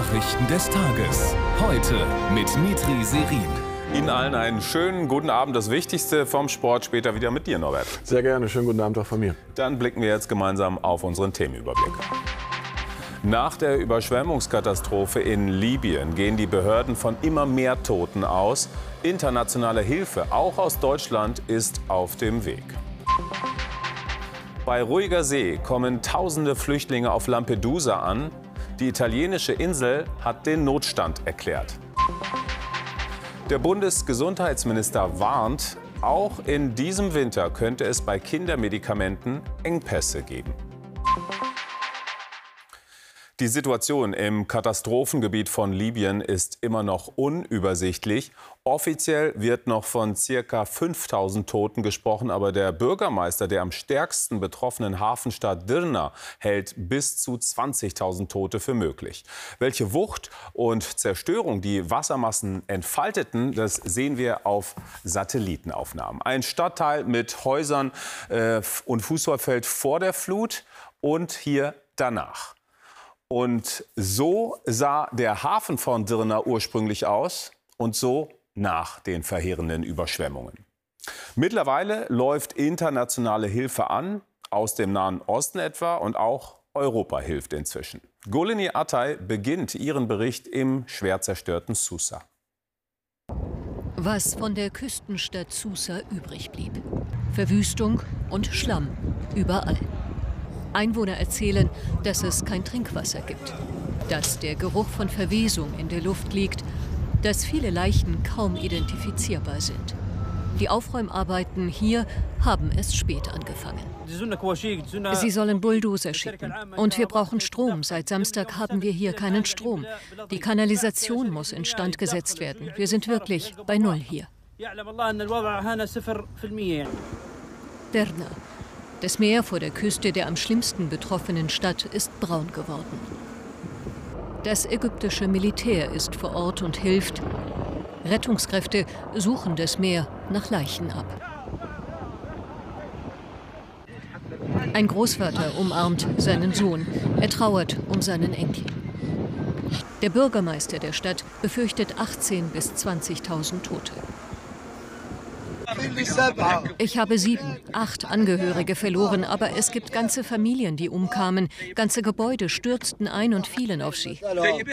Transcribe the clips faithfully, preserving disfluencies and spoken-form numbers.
Nachrichten des Tages. Heute mit Mitri Serin. Ihnen allen einen schönen guten Abend. Das Wichtigste vom Sport später wieder mit dir, Norbert. Sehr gerne. Schönen guten Abend auch von mir. Dann blicken wir jetzt gemeinsam auf unseren Themenüberblick. Nach der Überschwemmungskatastrophe in Libyen gehen die Behörden von immer mehr Toten aus. Internationale Hilfe, auch aus Deutschland, ist auf dem Weg. Bei ruhiger See kommen tausende Flüchtlinge auf Lampedusa an. Die italienische Insel hat den Notstand erklärt. Der Bundesgesundheitsminister warnt, auch in diesem Winter könnte es bei Kindermedikamenten Engpässe geben. Die Situation im Katastrophengebiet von Libyen ist immer noch unübersichtlich. Offiziell wird noch von ca. fünftausend Toten gesprochen, aber der Bürgermeister der am stärksten betroffenen Hafenstadt Dirna hält bis zu zwanzigtausend Tote für möglich. Welche Wucht und Zerstörung die Wassermassen entfalteten, das sehen wir auf Satellitenaufnahmen. Ein Stadtteil mit Häusern äh, und Fußballfeld vor der Flut und hier danach. Und so sah der Hafen von Dirna ursprünglich aus und so nach den verheerenden Überschwemmungen. Mittlerweile läuft internationale Hilfe an, aus dem Nahen Osten etwa, und auch Europa hilft inzwischen. Golini Atay beginnt ihren Bericht im schwer zerstörten Susa. Was von der Küstenstadt Susa übrig blieb. Verwüstung und Schlamm überall. Einwohner erzählen, dass es kein Trinkwasser gibt, dass der Geruch von Verwesung in der Luft liegt, dass viele Leichen kaum identifizierbar sind. Die Aufräumarbeiten hier haben erst spät angefangen. Sie sollen Bulldozer schicken. Und wir brauchen Strom. Seit Samstag haben wir hier keinen Strom. Die Kanalisation muss instand gesetzt werden. Wir sind wirklich bei Null hier. Derna. Das Meer vor der Küste der am schlimmsten betroffenen Stadt ist braun geworden. Das ägyptische Militär ist vor Ort und hilft. Rettungskräfte suchen das Meer nach Leichen ab. Ein Großvater umarmt seinen Sohn. Er trauert um seinen Enkel. Der Bürgermeister der Stadt befürchtet achtzehntausend bis zwanzigtausend Tote. Ich habe sieben, acht Angehörige verloren, aber es gibt ganze Familien, die umkamen. Ganze Gebäude stürzten ein und fielen auf sie.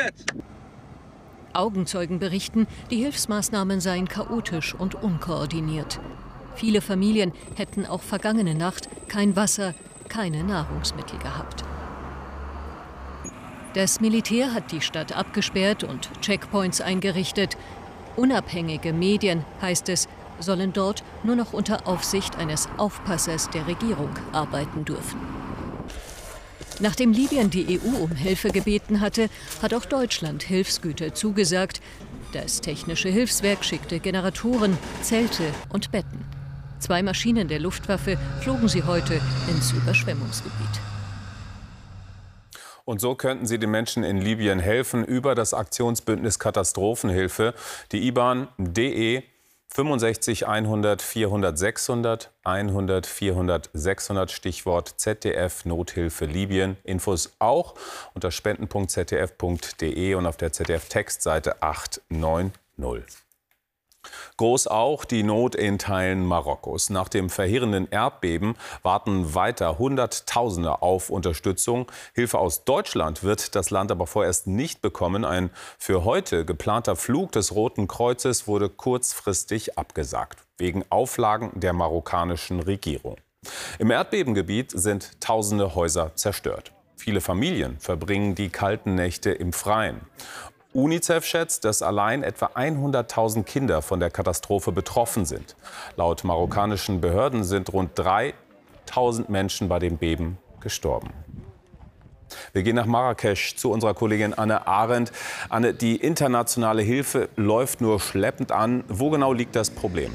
Augenzeugen berichten, die Hilfsmaßnahmen seien chaotisch und unkoordiniert. Viele Familien hätten auch vergangene Nacht kein Wasser, keine Nahrungsmittel gehabt. Das Militär hat die Stadt abgesperrt und Checkpoints eingerichtet. Unabhängige Medien, heißt es, sollen dort nur noch unter Aufsicht eines Aufpassers der Regierung arbeiten dürfen. Nachdem Libyen die E U um Hilfe gebeten hatte, hat auch Deutschland Hilfsgüter zugesagt. Das Technische Hilfswerk schickte Generatoren, Zelte und Betten. Zwei Maschinen der Luftwaffe flogen sie heute ins Überschwemmungsgebiet. Und so könnten sie den Menschen in Libyen helfen über das Aktionsbündnis Katastrophenhilfe. Die I B A N D E fünfundsechzig hundert, vierhundert, sechshundert, hundert, vierhundert, sechshundert, Stichwort Z D F Nothilfe Libyen. Infos auch unter spenden punkt z d f punkt d e und auf der Z D F-Textseite acht neun null. Groß auch die Not in Teilen Marokkos. Nach dem verheerenden Erdbeben warten weiter Hunderttausende auf Unterstützung. Hilfe aus Deutschland wird das Land aber vorerst nicht bekommen. Ein für heute geplanter Flug des Roten Kreuzes wurde kurzfristig abgesagt, wegen Auflagen der marokkanischen Regierung. Im Erdbebengebiet sind tausende Häuser zerstört. Viele Familien verbringen die kalten Nächte im Freien. UNICEF schätzt, dass allein etwa hunderttausend Kinder von der Katastrophe betroffen sind. Laut marokkanischen Behörden sind rund dreitausend Menschen bei dem Beben gestorben. Wir gehen nach Marrakesch zu unserer Kollegin Anne Arendt. Anne, die internationale Hilfe läuft nur schleppend an. Wo genau liegt das Problem?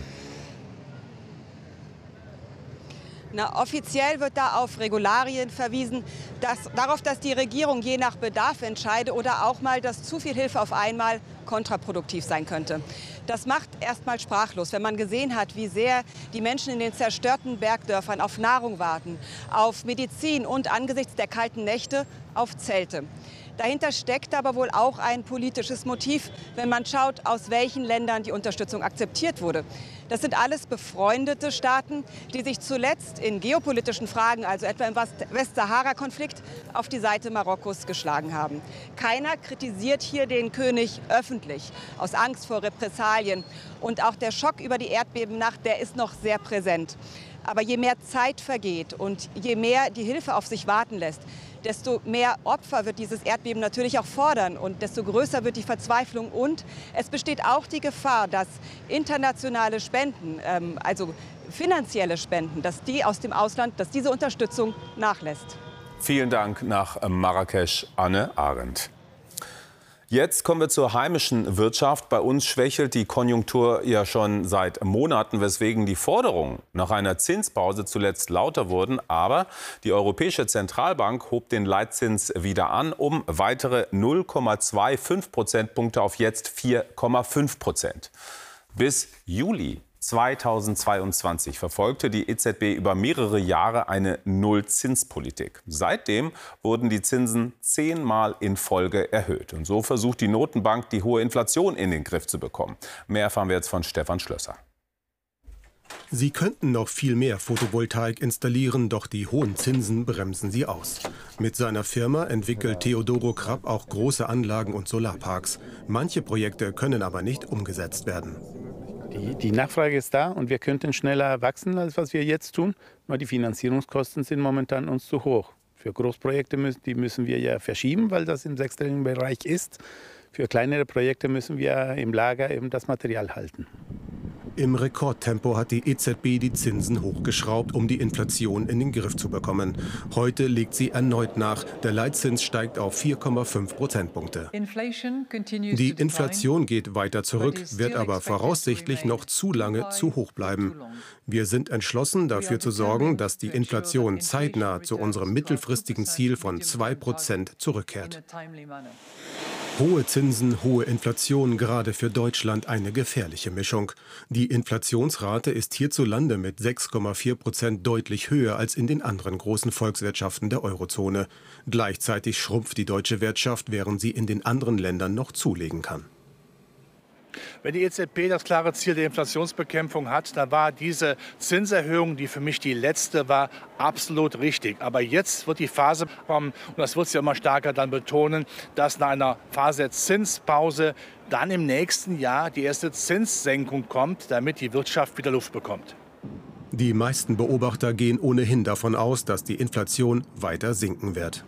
Na, offiziell wird da auf Regularien verwiesen, dass, darauf, dass die Regierung je nach Bedarf entscheide oder auch mal, dass zu viel Hilfe auf einmal kontraproduktiv sein könnte. Das macht erst mal sprachlos, wenn man gesehen hat, wie sehr die Menschen in den zerstörten Bergdörfern auf Nahrung warten, auf Medizin und angesichts der kalten Nächte auf Zelte. Dahinter steckt aber wohl auch ein politisches Motiv, wenn man schaut, aus welchen Ländern die Unterstützung akzeptiert wurde. Das sind alles befreundete Staaten, die sich zuletzt in geopolitischen Fragen, also etwa im Westsahara-Konflikt, auf die Seite Marokkos geschlagen haben. Keiner kritisiert hier den König öffentlich, aus Angst vor Repressalien. Und auch der Schock über die Erdbebennacht, der ist noch sehr präsent. Aber je mehr Zeit vergeht und je mehr die Hilfe auf sich warten lässt, desto mehr Opfer wird dieses Erdbeben natürlich auch fordern und desto größer wird die Verzweiflung. Und es besteht auch die Gefahr, dass internationale Spenden, ähm, also finanzielle Spenden, dass die aus dem Ausland, dass diese Unterstützung nachlässt. Vielen Dank nach Marrakesch, Anne Arendt. Jetzt kommen wir zur heimischen Wirtschaft. Bei uns schwächelt die Konjunktur ja schon seit Monaten, weswegen die Forderungen nach einer Zinspause zuletzt lauter wurden. Aber die Europäische Zentralbank hob den Leitzins wieder an, um weitere null Komma fünfundzwanzig Prozentpunkte auf jetzt vier Komma fünf Prozent. Bis Juli zweitausendzweiundzwanzig verfolgte die E Z B über mehrere Jahre eine Nullzinspolitik. Seitdem wurden die Zinsen zehnmal in Folge erhöht. Und so versucht die Notenbank, die hohe Inflation in den Griff zu bekommen. Mehr erfahren wir jetzt von Stefan Schlösser. Sie könnten noch viel mehr Photovoltaik installieren, doch die hohen Zinsen bremsen sie aus. Mit seiner Firma entwickelt Theodoro Krapp auch große Anlagen und Solarparks. Manche Projekte können aber nicht umgesetzt werden. Die, die Nachfrage ist da und wir könnten schneller wachsen, als was wir jetzt tun. Nur die Finanzierungskosten sind momentan uns zu hoch. Für Großprojekte müssen, die müssen wir ja verschieben, weil das im sechsstelligen Bereich ist. Für kleinere Projekte müssen wir im Lager eben das Material halten. Im Rekordtempo hat die E Z B die Zinsen hochgeschraubt, um die Inflation in den Griff zu bekommen. Heute legt sie erneut nach. Der Leitzins steigt auf vier Komma fünf Prozentpunkte. Die Inflation geht weiter zurück, wird aber voraussichtlich noch zu lange zu hoch bleiben. Wir sind entschlossen, dafür zu sorgen, dass die Inflation zeitnah zu unserem mittelfristigen Ziel von zwei Prozent zurückkehrt. Hohe Zinsen, hohe Inflation, gerade für Deutschland eine gefährliche Mischung. Die Inflationsrate ist hierzulande mit sechs Komma vier Prozent deutlich höher als in den anderen großen Volkswirtschaften der Eurozone. Gleichzeitig schrumpft die deutsche Wirtschaft, während sie in den anderen Ländern noch zulegen kann. Wenn die E Z B das klare Ziel der Inflationsbekämpfung hat, dann war diese Zinserhöhung, die für mich die letzte war, absolut richtig. Aber jetzt wird die Phase kommen, und das wird sie immer stärker dann betonen, dass nach einer Phase der Zinspause dann im nächsten Jahr die erste Zinssenkung kommt, damit die Wirtschaft wieder Luft bekommt. Die meisten Beobachter gehen ohnehin davon aus, dass die Inflation weiter sinken wird.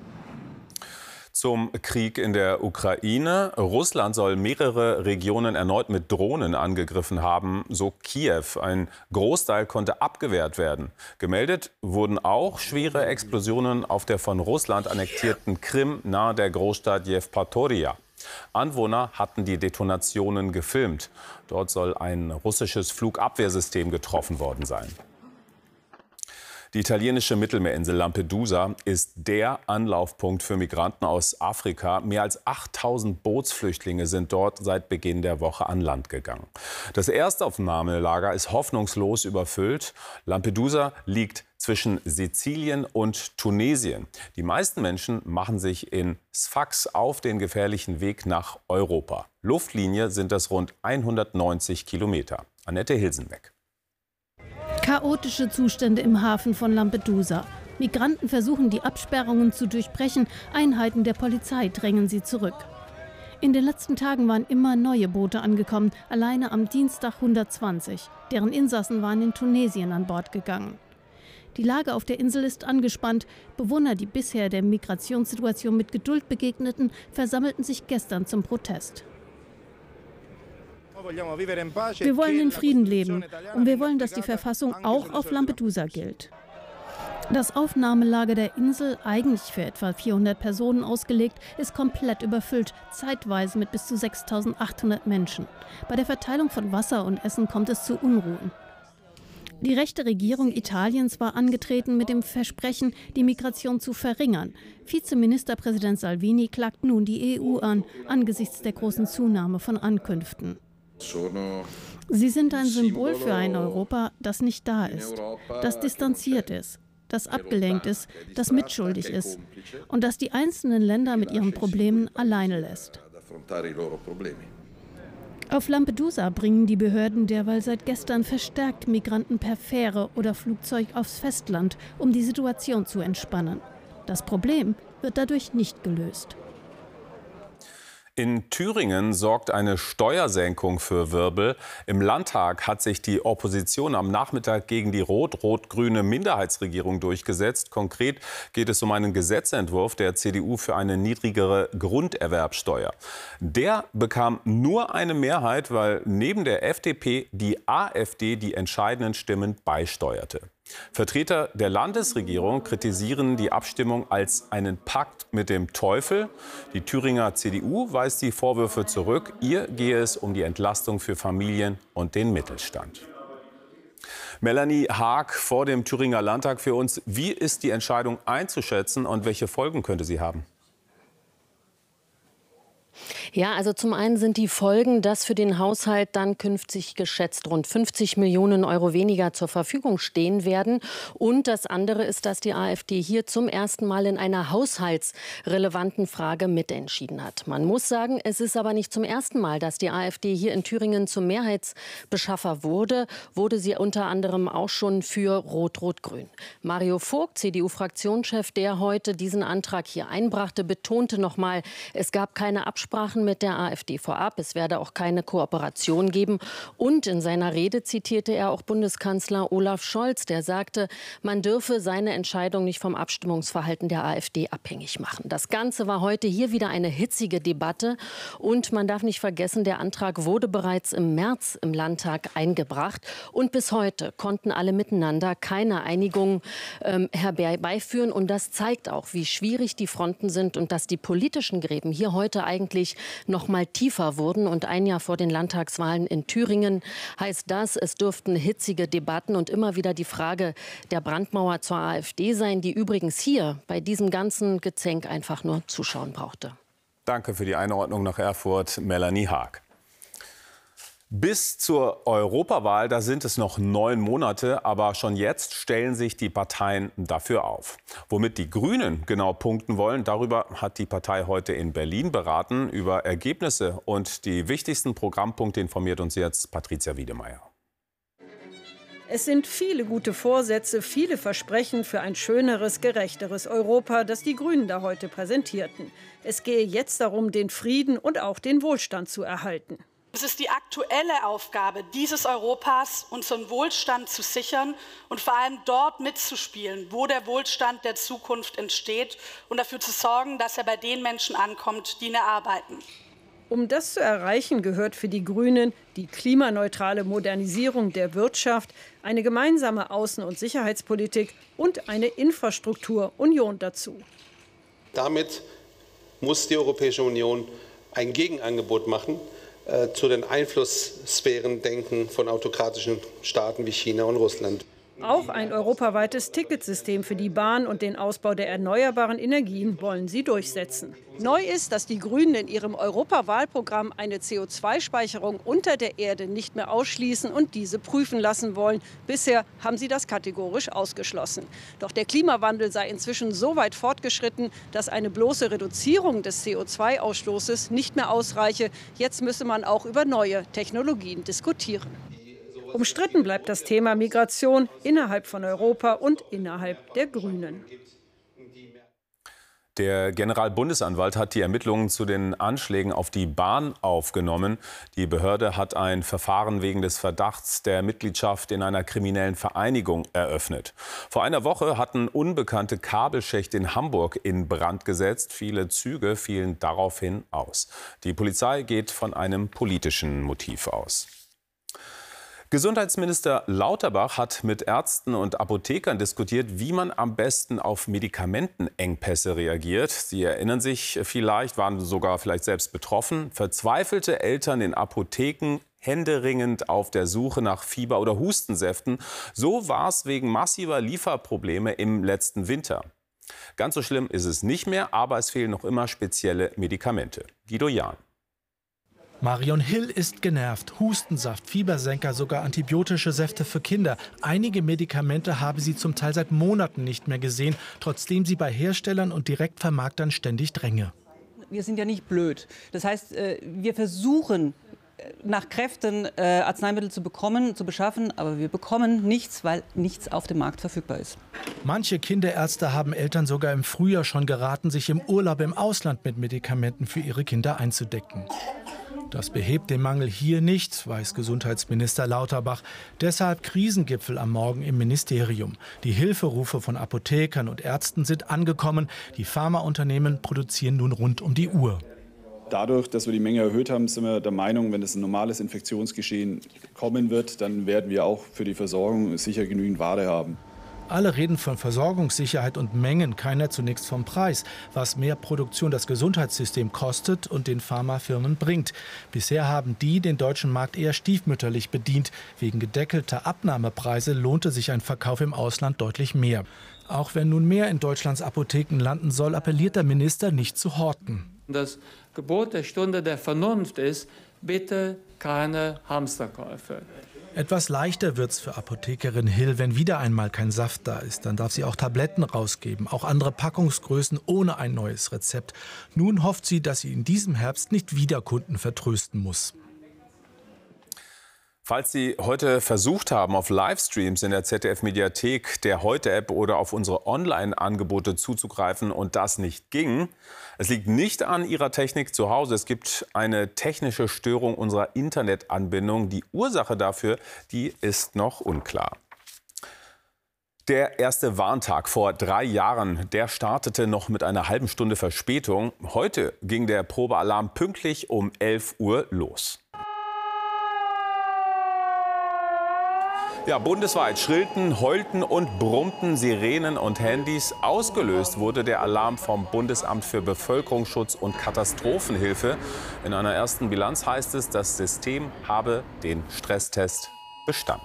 Zum Krieg in der Ukraine. Russland soll mehrere Regionen erneut mit Drohnen angegriffen haben, so Kiew. Ein Großteil konnte abgewehrt werden. Gemeldet wurden auch schwere Explosionen auf der von Russland annektierten Krim nahe der Großstadt Jewpatoria. Anwohner hatten die Detonationen gefilmt. Dort soll ein russisches Flugabwehrsystem getroffen worden sein. Die italienische Mittelmeerinsel Lampedusa ist der Anlaufpunkt für Migranten aus Afrika. Mehr als achttausend Bootsflüchtlinge sind dort seit Beginn der Woche an Land gegangen. Das Erstaufnahmelager ist hoffnungslos überfüllt. Lampedusa liegt zwischen Sizilien und Tunesien. Die meisten Menschen machen sich in Sfax auf den gefährlichen Weg nach Europa. Luftlinie sind das rund hundertneunzig Kilometer. Annette Hilsenbeck. Chaotische Zustände im Hafen von Lampedusa. Migranten versuchen, die Absperrungen zu durchbrechen. Einheiten der Polizei drängen sie zurück. In den letzten Tagen waren immer neue Boote angekommen. Alleine am Dienstag hundertzwanzig. Deren Insassen waren in Tunesien an Bord gegangen. Die Lage auf der Insel ist angespannt. Bewohner, die bisher der Migrationssituation mit Geduld begegneten, versammelten sich gestern zum Protest. Wir wollen in Frieden leben und wir wollen, dass die Verfassung auch auf Lampedusa gilt. Das Aufnahmelager der Insel, eigentlich für etwa vierhundert Personen ausgelegt, ist komplett überfüllt, zeitweise mit bis zu sechstausendachthundert Menschen. Bei der Verteilung von Wasser und Essen kommt es zu Unruhen. Die rechte Regierung Italiens war angetreten mit dem Versprechen, die Migration zu verringern. Vizeministerpräsident Salvini klagt nun die E U an, angesichts der großen Zunahme von Ankünften. Sie sind ein Symbol für ein Europa, das nicht da ist, das distanziert ist. das abgelenkt ist, das mitschuldig ist und das die einzelnen Länder mit ihren Problemen alleine lässt. Auf Lampedusa bringen die Behörden derweil seit gestern verstärkt Migranten per Fähre oder Flugzeug aufs Festland, um die Situation zu entspannen. Das Problem wird dadurch nicht gelöst. In Thüringen sorgt eine Steuersenkung für Wirbel. Im Landtag hat sich die Opposition am Nachmittag gegen die rot-rot-grüne Minderheitsregierung durchgesetzt. Konkret geht es um einen Gesetzentwurf der C D U für eine niedrigere Grunderwerbsteuer. Der bekam nur eine Mehrheit, weil neben der F D P die AfD die entscheidenden Stimmen beisteuerte. Vertreter der Landesregierung kritisieren die Abstimmung als einen Pakt mit dem Teufel. Die Thüringer C D U weist die Vorwürfe zurück. Ihr gehe es um die Entlastung für Familien und den Mittelstand. Melanie Haag vor dem Thüringer Landtag für uns. Wie ist die Entscheidung einzuschätzen und welche Folgen könnte sie haben? Ja, also zum einen sind die Folgen, dass für den Haushalt dann künftig geschätzt rund fünfzig Millionen Euro weniger zur Verfügung stehen werden. Und das andere ist, dass die AfD hier zum ersten Mal in einer haushaltsrelevanten Frage mitentschieden hat. Man muss sagen, es ist aber nicht zum ersten Mal, dass die AfD hier in Thüringen zum Mehrheitsbeschaffer wurde. Wurde sie unter anderem auch schon für Rot-Rot-Grün. Mario Vogt, C D U-Fraktionschef, der heute diesen Antrag hier einbrachte, betonte noch mal, es gab keine Absprachen mit der AfD vorab. Es werde auch keine Kooperation geben. Und in seiner Rede zitierte er auch Bundeskanzler Olaf Scholz, der sagte, man dürfe seine Entscheidung nicht vom Abstimmungsverhalten der AfD abhängig machen. Das Ganze war heute hier wieder eine hitzige Debatte. Und man darf nicht vergessen, der Antrag wurde bereits im März im Landtag eingebracht. Und bis heute konnten alle miteinander keine Einigung ähm, herbeiführen. Und das zeigt auch, wie schwierig die Fronten sind und dass die politischen Gräben hier heute eigentlich noch mal tiefer wurden. Und ein Jahr vor den Landtagswahlen in Thüringen heißt das, es dürften hitzige Debatten und immer wieder die Frage der Brandmauer zur AfD sein, die übrigens hier bei diesem ganzen Gezänk einfach nur zuschauen brauchte. Danke für die Einordnung nach Erfurt, Melanie Haag. Bis zur Europawahl, da sind es noch neun Monate, aber schon jetzt stellen sich die Parteien dafür auf. Womit die Grünen genau punkten wollen, darüber hat die Partei heute in Berlin beraten. Über Ergebnisse und die wichtigsten Programmpunkte informiert uns jetzt Patricia Wiedemeyer. Es sind viele gute Vorsätze, viele Versprechen für ein schöneres, gerechteres Europa, das die Grünen da heute präsentierten. Es gehe jetzt darum, den Frieden und auch den Wohlstand zu erhalten. Es ist die aktuelle Aufgabe dieses Europas, unseren Wohlstand zu sichern und vor allem dort mitzuspielen, wo der Wohlstand der Zukunft entsteht und dafür zu sorgen, dass er bei den Menschen ankommt, die ihn erarbeiten. Um das zu erreichen, gehört für die Grünen die klimaneutrale Modernisierung der Wirtschaft, eine gemeinsame Außen- und Sicherheitspolitik und eine Infrastrukturunion dazu. Damit muss die Europäische Union ein Gegenangebot machen äh, zu den Einflusssphären-Denken von autokratischen Staaten wie China und Russland. Auch ein europaweites Ticketsystem für die Bahn und den Ausbau der erneuerbaren Energien wollen sie durchsetzen. Neu ist, dass die Grünen in ihrem Europawahlprogramm eine C O zwei Speicherung unter der Erde nicht mehr ausschließen und diese prüfen lassen wollen. Bisher haben sie das kategorisch ausgeschlossen. Doch der Klimawandel sei inzwischen so weit fortgeschritten, dass eine bloße Reduzierung des C O zwei Ausstoßes nicht mehr ausreiche. Jetzt müsse man auch über neue Technologien diskutieren. Umstritten bleibt das Thema Migration innerhalb von Europa und innerhalb der Grünen. Der Generalbundesanwalt hat die Ermittlungen zu den Anschlägen auf die Bahn aufgenommen. Die Behörde hat ein Verfahren wegen des Verdachts der Mitgliedschaft in einer kriminellen Vereinigung eröffnet. Vor einer Woche hatten unbekannte Kabelschächte in Hamburg in Brand gesetzt. Viele Züge fielen daraufhin aus. Die Polizei geht von einem politischen Motiv aus. Gesundheitsminister Lauterbach hat mit Ärzten und Apothekern diskutiert, wie man am besten auf Medikamentenengpässe reagiert. Sie erinnern sich vielleicht, waren sogar vielleicht selbst betroffen. Verzweifelte Eltern in Apotheken händeringend auf der Suche nach Fieber- oder Hustensäften. So war es wegen massiver Lieferprobleme im letzten Winter. Ganz so schlimm ist es nicht mehr, aber es fehlen noch immer spezielle Medikamente. Guido Jahn. Marion Hill ist genervt. Hustensaft, Fiebersenker, sogar antibiotische Säfte für Kinder. Einige Medikamente habe sie zum Teil seit Monaten nicht mehr gesehen, trotzdem sie bei Herstellern und Direktvermarktern ständig dränge. Wir sind ja nicht blöd. Das heißt, wir versuchen nach Kräften äh, Arzneimittel zu bekommen, zu beschaffen, aber wir bekommen nichts, weil nichts auf dem Markt verfügbar ist. Manche Kinderärzte haben Eltern sogar im Frühjahr schon geraten, sich im Urlaub im Ausland mit Medikamenten für ihre Kinder einzudecken. Das behebt den Mangel hier nicht, weiß Gesundheitsminister Lauterbach. Deshalb Krisengipfel am Morgen im Ministerium. Die Hilferufe von Apothekern und Ärzten sind angekommen. Die Pharmaunternehmen produzieren nun rund um die Uhr. Dadurch, dass wir die Menge erhöht haben, sind wir der Meinung, wenn es ein normales Infektionsgeschehen kommen wird, dann werden wir auch für die Versorgung sicher genügend Ware haben. Alle reden von Versorgungssicherheit und Mengen, keiner zunächst vom Preis, was mehr Produktion das Gesundheitssystem kostet und den Pharmafirmen bringt. Bisher haben die den deutschen Markt eher stiefmütterlich bedient. Wegen gedeckelter Abnahmepreise lohnte sich ein Verkauf im Ausland deutlich mehr. Auch wenn nun mehr in Deutschlands Apotheken landen soll, appelliert der Minister, nicht zu horten. Das Gebot der Stunde der Vernunft ist, bitte keine Hamsterkäufe. Etwas leichter wird's für Apothekerin Hill, wenn wieder einmal kein Saft da ist. Dann darf sie auch Tabletten rausgeben, auch andere Packungsgrößen ohne ein neues Rezept. Nun hofft sie, dass sie in diesem Herbst nicht wieder Kunden vertrösten muss. Falls Sie heute versucht haben, auf Livestreams in der Z D F-Mediathek, der Heute-App oder auf unsere Online-Angebote zuzugreifen und das nicht ging, es liegt nicht an Ihrer Technik zu Hause. Es gibt eine technische Störung unserer Internetanbindung. Die Ursache dafür, die ist noch unklar. Der erste Warntag vor drei Jahren, der startete noch mit einer halben Stunde Verspätung. Heute ging der Probealarm pünktlich um elf Uhr los. Ja, bundesweit schrillten, heulten und brummten Sirenen und Handys. Ausgelöst wurde der Alarm vom Bundesamt für Bevölkerungsschutz und Katastrophenhilfe. In einer ersten Bilanz heißt es, das System habe den Stresstest bestanden.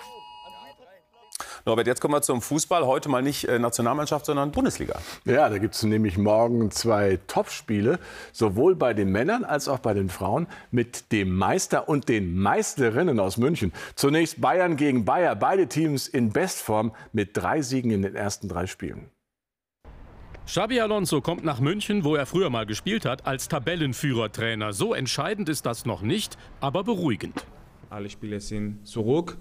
Norbert, jetzt kommen wir zum Fußball. Heute mal nicht Nationalmannschaft, sondern Bundesliga. Ja, da gibt es nämlich morgen zwei Topspiele, sowohl bei den Männern als auch bei den Frauen, mit dem Meister und den Meisterinnen aus München. Zunächst Bayern gegen Bayer, beide Teams in Bestform mit drei Siegen in den ersten drei Spielen. Xabi Alonso kommt nach München, wo er früher mal gespielt hat, als Tabellenführertrainer. So entscheidend ist das noch nicht, aber beruhigend. Alle Spiele sind zurück.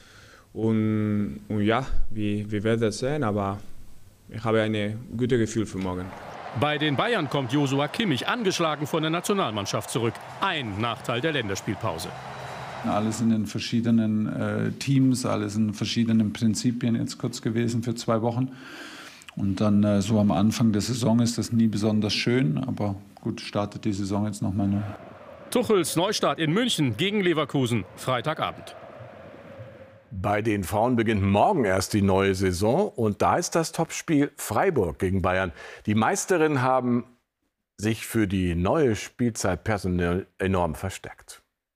Und, und ja, wir, wir werden es sehen, aber ich habe ein gutes Gefühl für morgen. Bei den Bayern kommt Joshua Kimmich angeschlagen von der Nationalmannschaft zurück. Ein Nachteil der Länderspielpause. Alles in den verschiedenen äh, Teams, alles in verschiedenen Prinzipien jetzt kurz gewesen für zwei Wochen. Und dann äh, so am Anfang der Saison ist das nie besonders schön, aber gut, startet die Saison jetzt nochmal neu. Tuchels Neustart in München gegen Leverkusen, Freitagabend. Bei den Frauen beginnt morgen erst die neue Saison und da ist das Topspiel Freiburg gegen Bayern. Die Meisterinnen haben sich für die neue Spielzeit personell enorm verstärkt.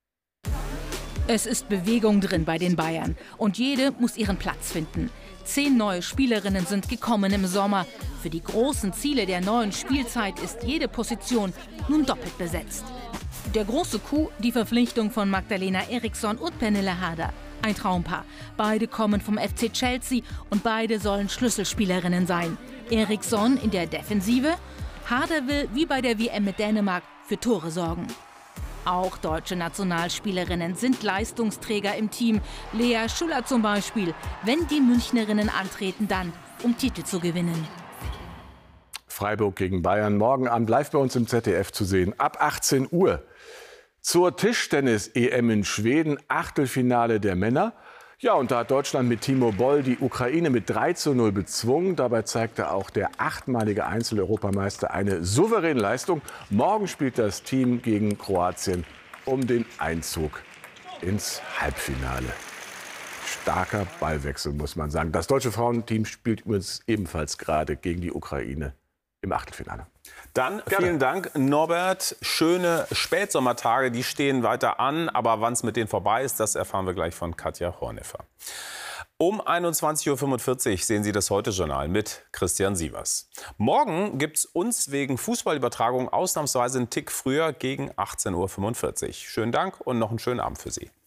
Es ist Bewegung drin bei den Bayern und jede muss ihren Platz finden. Zehn neue Spielerinnen sind gekommen im Sommer. Für die großen Ziele der neuen Spielzeit ist jede Position nun doppelt besetzt. Der große Coup, die Verpflichtung von Magdalena Eriksson und Pernille Harder. Ein Traumpaar. Beide kommen vom F C Chelsea und beide sollen Schlüsselspielerinnen sein. Eriksson in der Defensive. Harder will, wie bei der W M mit Dänemark, für Tore sorgen. Auch deutsche Nationalspielerinnen sind Leistungsträger im Team. Lea Schuller zum Beispiel. Wenn die Münchnerinnen antreten, dann um Titel zu gewinnen. Freiburg gegen Bayern morgen Abend live bei uns im Z D F zu sehen. Ab achtzehn Uhr. Zur Tischtennis-E M in Schweden, Achtelfinale der Männer. Ja, und da hat Deutschland mit Timo Boll die Ukraine mit drei zu null bezwungen. Dabei zeigte auch der achtmalige Einzel-Europameister eine souveräne Leistung. Morgen spielt das Team gegen Kroatien um den Einzug ins Halbfinale. Starker Ballwechsel, muss man sagen. Das deutsche Frauenteam spielt übrigens ebenfalls gerade gegen die Ukraine im Achtelfinale. Dann Gerne. vielen Dank, Norbert. Schöne Spätsommertage, die stehen weiter an. Aber wann es mit denen vorbei ist, das erfahren wir gleich von Katja Horneffer. Um einundzwanzig Uhr fünfundvierzig sehen Sie das Heute-Journal mit Christian Sievers. Morgen gibt es uns wegen Fußballübertragung ausnahmsweise einen Tick früher gegen achtzehn Uhr fünfundvierzig. Schönen Dank und noch einen schönen Abend für Sie.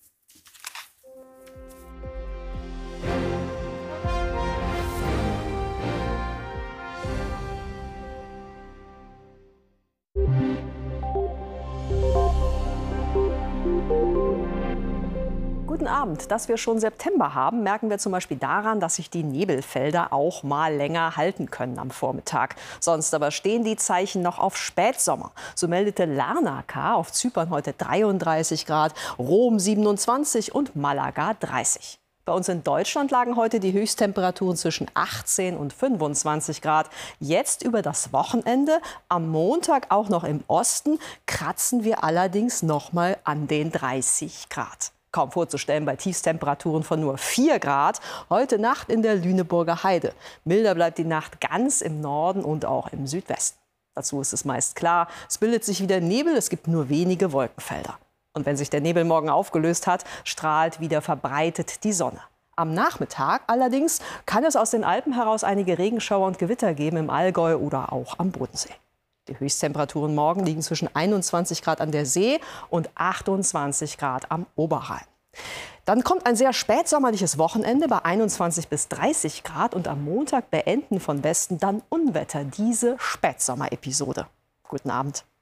Guten Abend. Dass wir schon September haben, merken wir zum Beispiel daran, dass sich die Nebelfelder auch mal länger halten können am Vormittag. Sonst aber stehen die Zeichen noch auf Spätsommer. So meldete Larnaca auf Zypern heute dreiunddreißig Grad, Rom siebenundzwanzig und Malaga dreißig. Bei uns in Deutschland lagen heute die Höchsttemperaturen zwischen achtzehn und fünfundzwanzig Grad. Jetzt über das Wochenende, am Montag auch noch im Osten, kratzen wir allerdings noch mal an den dreißig Grad. Kaum vorzustellen bei Tiefstemperaturen von nur vier Grad. Heute Nacht in der Lüneburger Heide. Milder bleibt die Nacht ganz im Norden und auch im Südwesten. Dazu ist es meist klar, es bildet sich wieder Nebel, es gibt nur wenige Wolkenfelder. Und wenn sich der Nebel morgen aufgelöst hat, strahlt wieder verbreitet die Sonne. Am Nachmittag allerdings kann es aus den Alpen heraus einige Regenschauer und Gewitter geben im Allgäu oder auch am Bodensee. Die Höchsttemperaturen morgen liegen zwischen einundzwanzig Grad an der See und achtundzwanzig Grad am Oberrhein. Dann kommt ein sehr spätsommerliches Wochenende bei einundzwanzig bis dreißig Grad und am Montag beenden von Westen dann Unwetter diese Spätsommerepisode. Guten Abend.